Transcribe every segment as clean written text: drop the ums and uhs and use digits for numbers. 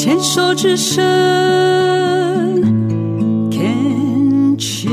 牵手之声 Can Cheers，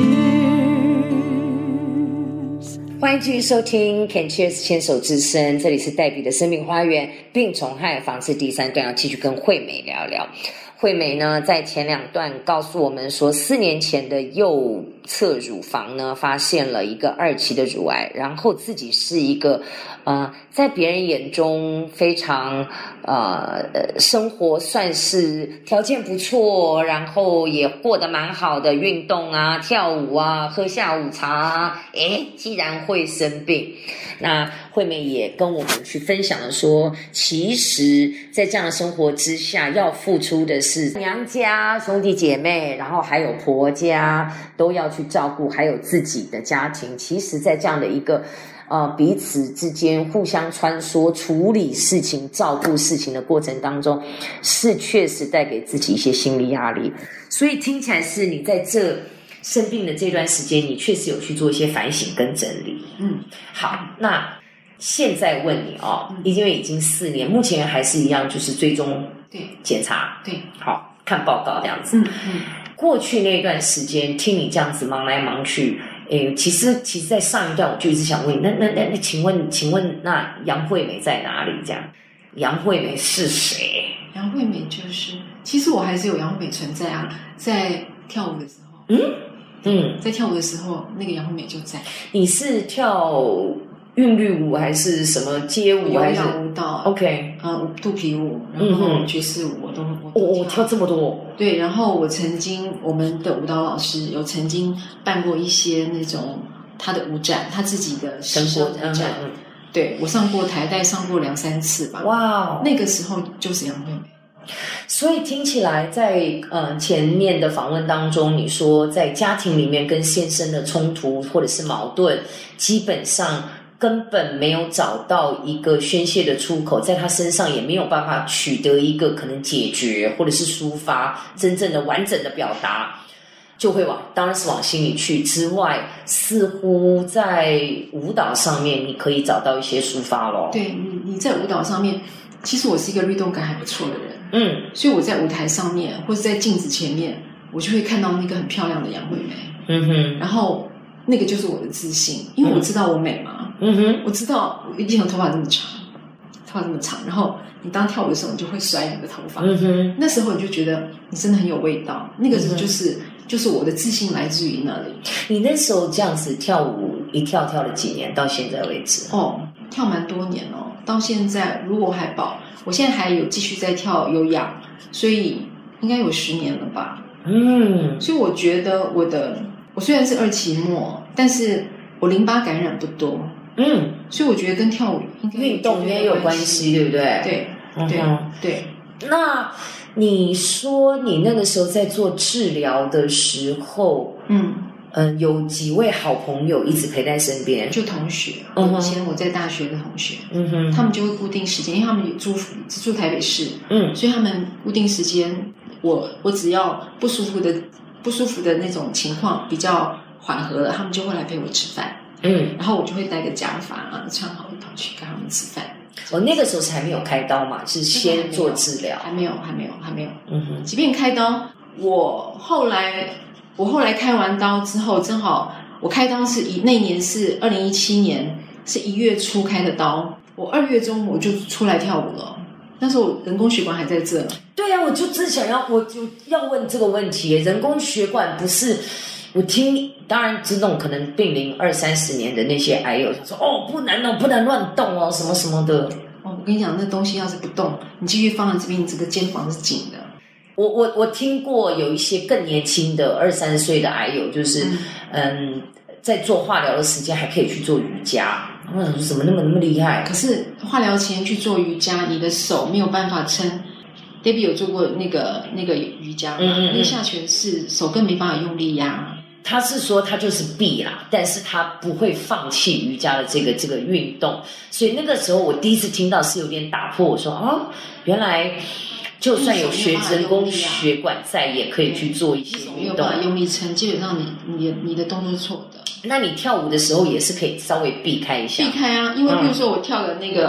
欢迎继续收听 Can Cheers 牵手之声，这里是黛比的生命花园病虫害防治第3段，要继续跟惠美聊聊。惠美呢，在前2段告诉我们说，4年前的右侧乳房呢，发现了一个2期的乳癌，然后自己是一个在别人眼中非常生活算是条件不错，然后也过得蛮好的，运动啊、跳舞啊、喝下午茶啊，既然会生病。那惠美也跟我们去分享了说，其实在这样的生活之下，要付出的是娘家、兄弟姐妹，然后还有婆家都要去照顾，还有自己的家庭。其实在这样的一个彼此之间互相穿梭、处理事情、照顾事情的过程当中，是确实带给自己一些心理压力。所以听起来是你在这生病的这段时间，你确实有去做一些反省跟整理。好，那现在问你因为已经4年，目前还是一样，就是追踪检查，对，好看报告这样子。过去那段时间，听你这样子忙来忙去。其实，在上一段我就一直想问你，那请问，那杨惠美在哪里？这样，杨惠美是谁？ 杨惠美就是，其实我还是有杨惠美存在啊，在跳舞的时候，在跳舞的时候，那个杨惠美就在。你是跳韵律舞还是什么街舞还是有氧舞蹈 ？OK， 肚皮舞，然后爵士舞我跳这么多。 对，然后我们的舞蹈老师有曾经办过一些那种他的舞展，他自己的生活舞展。对，我上过台，大概上过2-3次吧。哇，那个时候就是杨惠美。 所以听起来在前面的访问当中，你说在家庭里面跟先生的冲突或者是矛盾，基本上根本没有找到一个宣泄的出口，在他身上也没有办法取得一个可能解决或者是抒发真正的完整的表达，就会当然是往心里去之外，似乎在舞蹈上面你可以找到一些抒发咯。 对，你在舞蹈上面，其实我是一个律动感还不错的人，所以我在舞台上面或者在镜子前面，我就会看到那个很漂亮的杨惠美，然后那个就是我的自信，因为我知道我美嘛，我知道我以前有头发这么长，然后你当跳舞的时候，你就会甩你的头发，那时候你就觉得你真的很有味道，那个时候就是我的自信来自于那里。 你那时候这样子跳舞一跳了几年到现在为止？ 跳蛮多年哦，到现在如果还保，我现在还有继续在跳有氧，所以应该有10年了吧。所以我觉得我虽然是2期末，但是我淋巴感染不多，所以我觉得跟跳舞应该运动也有关系，对不对？ 对。 那你说你那个时候在做治疗的时候，有几位好朋友一直陪在身边？ 就同学，以前我在大学的同学，他们就会固定时间，因为他们住台北市，所以他们固定时间，我只要不舒服的那种情况比较缓和了，他们就会来陪我吃饭，然后我就会戴个假发穿好衣跑去跟他们吃饭。 那个时候是还没有开刀嘛，是先做治疗？ 还没有。即便开刀，我后来开完刀之后，正好我开刀那年是2017年，是1月初开的刀，我2月中我就出来跳舞了。那时候人工血管还在这。 对啊，我就要问这个问题，人工血管不是。我听，当然这种可能病龄20-30年的那些癌友说，不能乱动什么什么的。 我跟你讲，那东西要是不动，你继续放在这边，你这个肩膀是紧的。 我听过有一些更年轻的20-30岁的癌友，就是在做化疗的时间还可以去做瑜伽。我想说怎么那么厉害？ 可是化疗前去做瑜伽，你的手没有办法撑。Debbie 有做过那个瑜伽嘛？那个下犬式手更没办法用力呀。 他是说他就是避啦，但是他不会放弃瑜伽的这个运动，所以那个时候我第一次听到是有点打破我说原来就算有人工血管在，也可以去做一些运动。 没有办法用力撑，基本上你的动作是错的。 那你跳舞的时候也是可以稍微避开一下？ 避开啊，因为比如说我跳的那个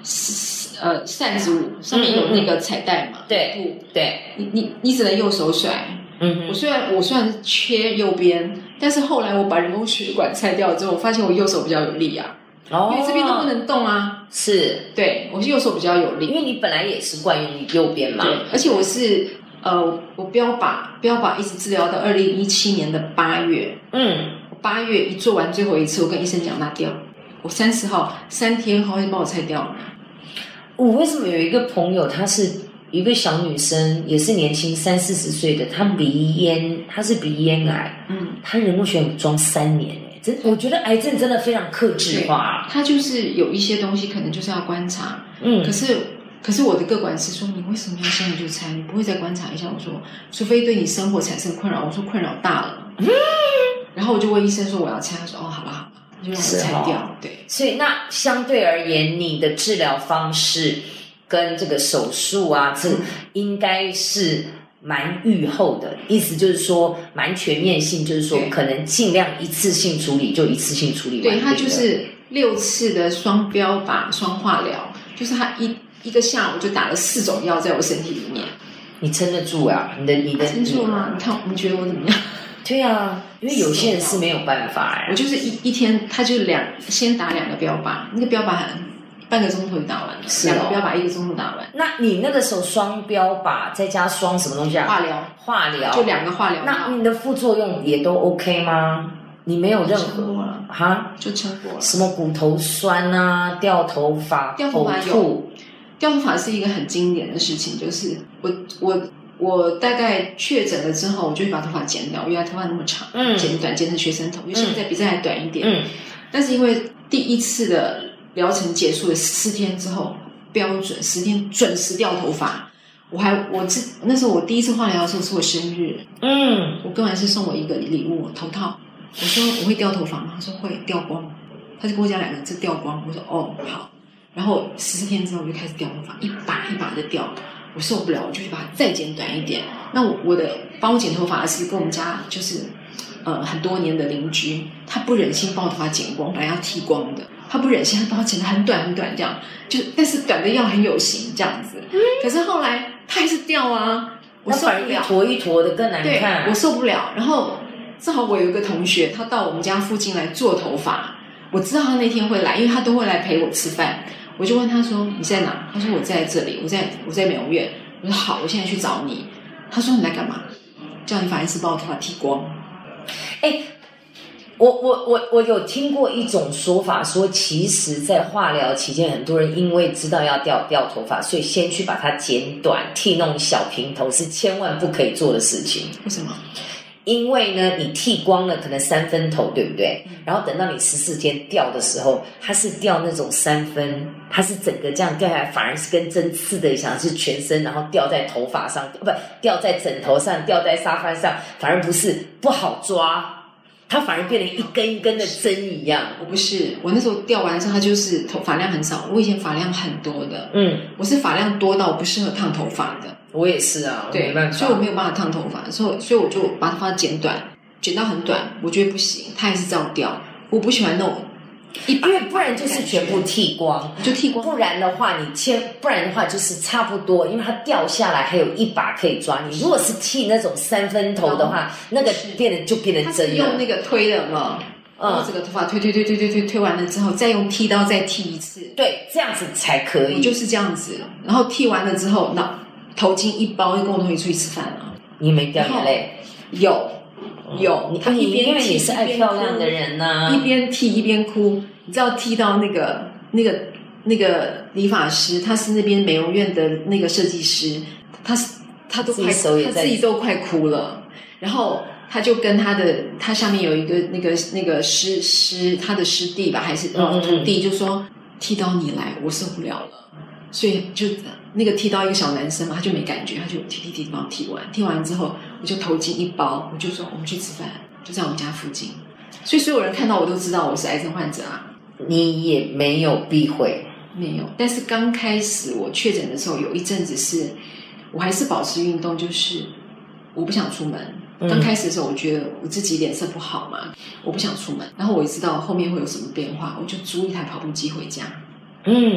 扇子舞，上面有那个彩带嘛， 对对， 你只能右手甩。我虽然是缺右边，但是后来我把人工血管拆掉之后，我发现我右手比较有力啊。因为这边都不能动啊。 是， 对，我是右手比较有力， 因为你本来也是惯用右边嘛。 对，而且我是我标靶一直治疗到2017年的8月。我8月一做完最后一次，我跟医生讲拿掉。我30号3天后就帮我拆掉了。 我为什么有一个朋友，她是一个小女生，也是年轻30-40岁的，她是鼻咽癌，她人工血管装3年。我觉得癌症真的非常客制化， 它就是有一些东西可能就是要观察，可是我的个管师说，你为什么要现在就拆？你不会再观察一下？我说，除非对你生活产生困扰。我说困扰大了，然后我就问医生说我要拆，他说好了，就让我拆掉。对， 所以那相对而言，你的治疗方式跟这个手术啊，这应该是蛮预后的，意思就是说蛮全面性，就是说可能尽量一次性处理就一次性处理完。 对，它就是6次的双标靶双化疗，就是它一个下午就打了4种药在我身体里面。 你撑得住啊？你的撑住啊？你看，你觉得我怎么样？ 对啊，因为有些人是没有办法我就是一天，他就先打2个标靶，那个标靶半个钟头就打完了，2个标靶1个钟头打完。 那你那个时候双标靶再加双什么东西啊？化疗就 2个化疗。 那你的副作用也都 OK 吗？你没有任何哈？ 就撑过了。 什么骨头酸啊，掉头发， 掉头发有。掉头发是一个很经典的事情，就是我大概确诊了之后，我就会把头发剪掉，因为头发那么长，剪短，剪成学生头，因为现在比这还短一点。但是因为第一次的疗程结束了14天之后，标准10天准时掉头发。那时候我第一次化疗的时候是我生日，我跟完是送我一个礼物头套。我说我会掉头发吗？他说会，掉光。他就跟我讲2个字，掉光。我说哦好。然后14天之后我就开始掉头发，一把一把的掉，我受不了，我就去把它再剪短一点。那我的帮我剪头发的是跟我们家就是很多年的邻居，他不忍心帮我头发剪光，本来要剃光的，他不忍心，他帮我剪得很短很短这样，但是短的要很有型这样子。可是后来他还是掉啊，我受不了， 一坨一坨的更难看， 对，我受不了。然后正好我有一个同学，他到我们家附近来做头发，我知道他那天会来，因为他都会来陪我吃饭。我就问他说你在哪？他说我在这里，我在美容院。我说好，我现在去找你。他说你来干嘛？叫你发型师把我头发剃光。 我有听过一种说法，说其实在化疗期间，很多人因为知道要掉头发，所以先去把它剪短，剃那种小平头，是千万不可以做的事情。 为什么？ 因为呢，你剃光了可能3分头，对不对？然后等到你14天掉的时候，它是掉那种3分，它是整个这样掉下来，反而是跟针刺的一样，是全身，然后掉在头发上，不掉在枕头上，掉在沙发上，反而不是不好抓。它反而变成一根一根的针一样。 我不是，我那时候掉完的时候，它就是头发量很少。我以前发量很多的，我是发量多到我不适合烫头发的。 我也是啊， 对， 没办法， 所以我没有办法烫头发，所以我就把头发剪短，剪到很短，我觉得不行，它还是照掉。我不喜欢那种因为不然就是全部剃光， 就剃光。 不然的话不然的话就是差不多，因为它掉下来还有一把可以抓。你如果是剃那种3分头的话，那个变成针了。 它是用那个推的嘛，这个头发推完了之后，再用剃刀再剃一次， 对，这样子才可以。 就是这样子，然后剃完了之后，那头巾一包就跟我同学出去吃饭了。 你没掉眼泪？ 有。他一边因为你是爱漂亮的人呐， 一边剃一边哭。你知道剃到那个理发师，他是那边美容院的那个设计师，他自己都快哭了。然后他就跟他下面有一个那个师他的师弟吧，还是徒弟，就说剃到你来，我受不了了。所以就那个剃到一个小男生嘛，他就没感觉，他就剃帮我剃完。剃完之后，我就头巾一包，我就说我们去吃饭，就在我们家附近。所以所有人看到我都知道我是癌症患者啊。 你也没有避讳？ 没有。但是刚开始我确诊的时候，有一阵子是我还是保持运动，就是我不想出门。刚开始的时候，我觉得我自己脸色不好嘛，我不想出门。然后我也知道后面会有什么变化，我就租一台跑步机回家。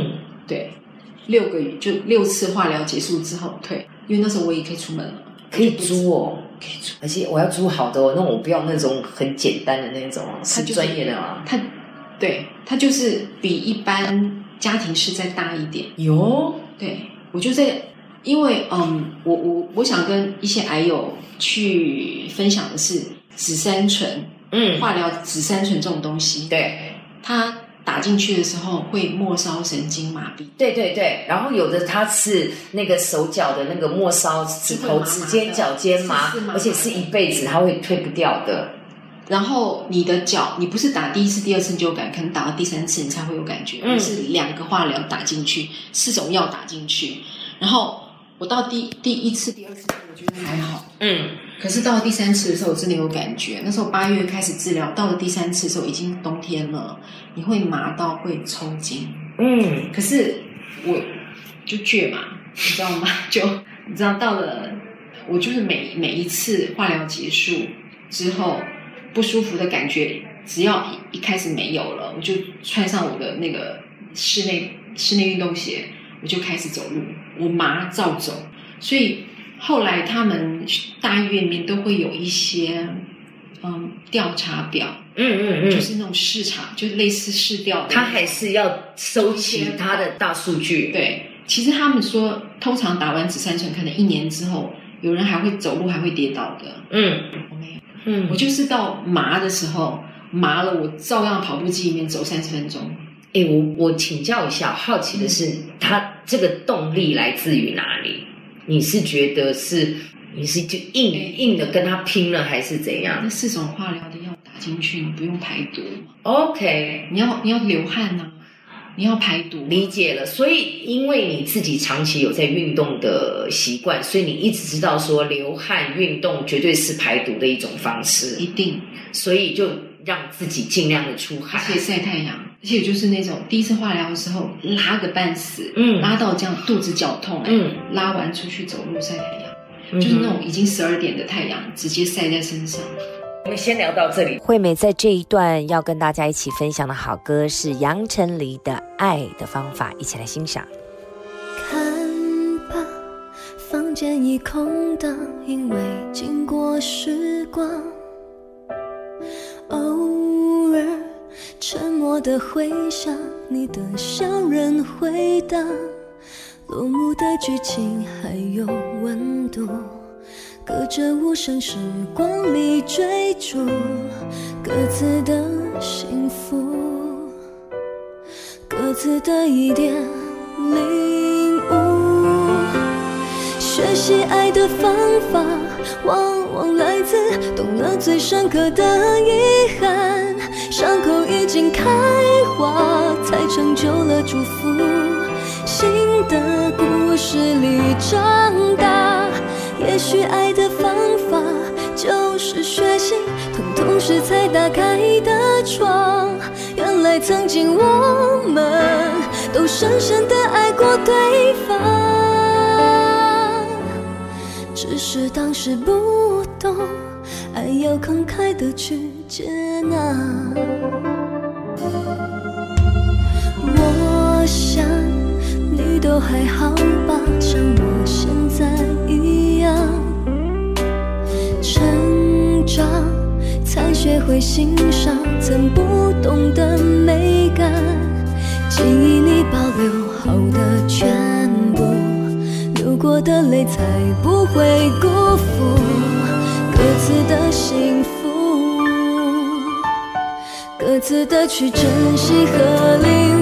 对，6个月就6次化疗结束之后退，因为那时候我也可以出门了。 可以租哦，可以租，而且我要租好的哦，那我不要那种很简单的那种，是专业的吗？ 它就是比一般家庭式再大一点。 有， 对，我就在，因为我想跟一些癌友去分享的是紫杉醇，化疗紫杉醇这种东西， 对， 它打进去的时候会末梢神经麻痹， 对对对，然后有的它是那个手脚的那个末梢指头指尖脚尖麻，而且是一辈子它会退不掉的。 然后你的脚，你不是打第1次第2次就有感，可能打到第3次你才会有感觉，是2个化疗打进去，4种药打进去，然后我到第1次第2次我觉得还好，可是到了第3次的时候我真的有感觉，那时候8月开始治疗，到了第3次的时候已经冬天了，你会麻到会抽筋，可是我就倔嘛，你知道吗？你知道到了，我就是每一次化疗结束之后不舒服的感觉，只要一开始没有了，我就穿上我的那个室内运动鞋，我就开始走路，我麻照走。所以后来他们大医院里面都会有一些调查表，就是那种市场，就是类似市调的， 他还是要收集他的大数据。 对，其实他们说，通常打完紫杉醇，可能1年之后，有人还会走路还会跌倒的。我没有，我就是到麻的时候，麻了，我照样跑步机里面走30分钟。 我请教一下，好奇的是，他这个动力来自于哪里？你是觉得你是就硬的跟他拼了，还是怎样？ 那4种化疗的药打进去，你不用排毒。 OK， 你要流汗啊，你要排毒。 理解了。所以因为你自己长期有在运动的习惯，所以你一直知道说流汗运动绝对是排毒的一种方式， 一定。 所以就让自己尽量的出汗， 而且晒太阳。而且就是那种第1次化疗的时候拉个半死，拉到这样肚子绞痛，拉完出去走路晒太阳，就是那种已经12点的太阳直接晒在身上。 我们先聊到这里。 惠美在这一段要跟大家一起分享的好歌是杨丞琳的《爱的方法》，一起来欣赏。 看吧，房间已空荡，因为经过时光，偶尔沉默地回想你的笑人回答，落幕的剧情还有温度，隔着无声时光里追逐各自的幸福，各自的一点领悟。学习爱的方法，往往来自懂了最深刻的遗憾，伤口已经开花，才成就了祝福。新的故事里长大，也许爱的方法就是学习，疼痛时才打开的窗。原来曾经我们都深深地爱过对方，只是当时不懂，爱要慷慨地去接纳。我想你都还好吧，像我现在一样，成长才学会欣赏曾不懂的美感，记忆里保留好的全部，流过的泪才不会辜负各自的幸福，各自的去珍惜和领悟。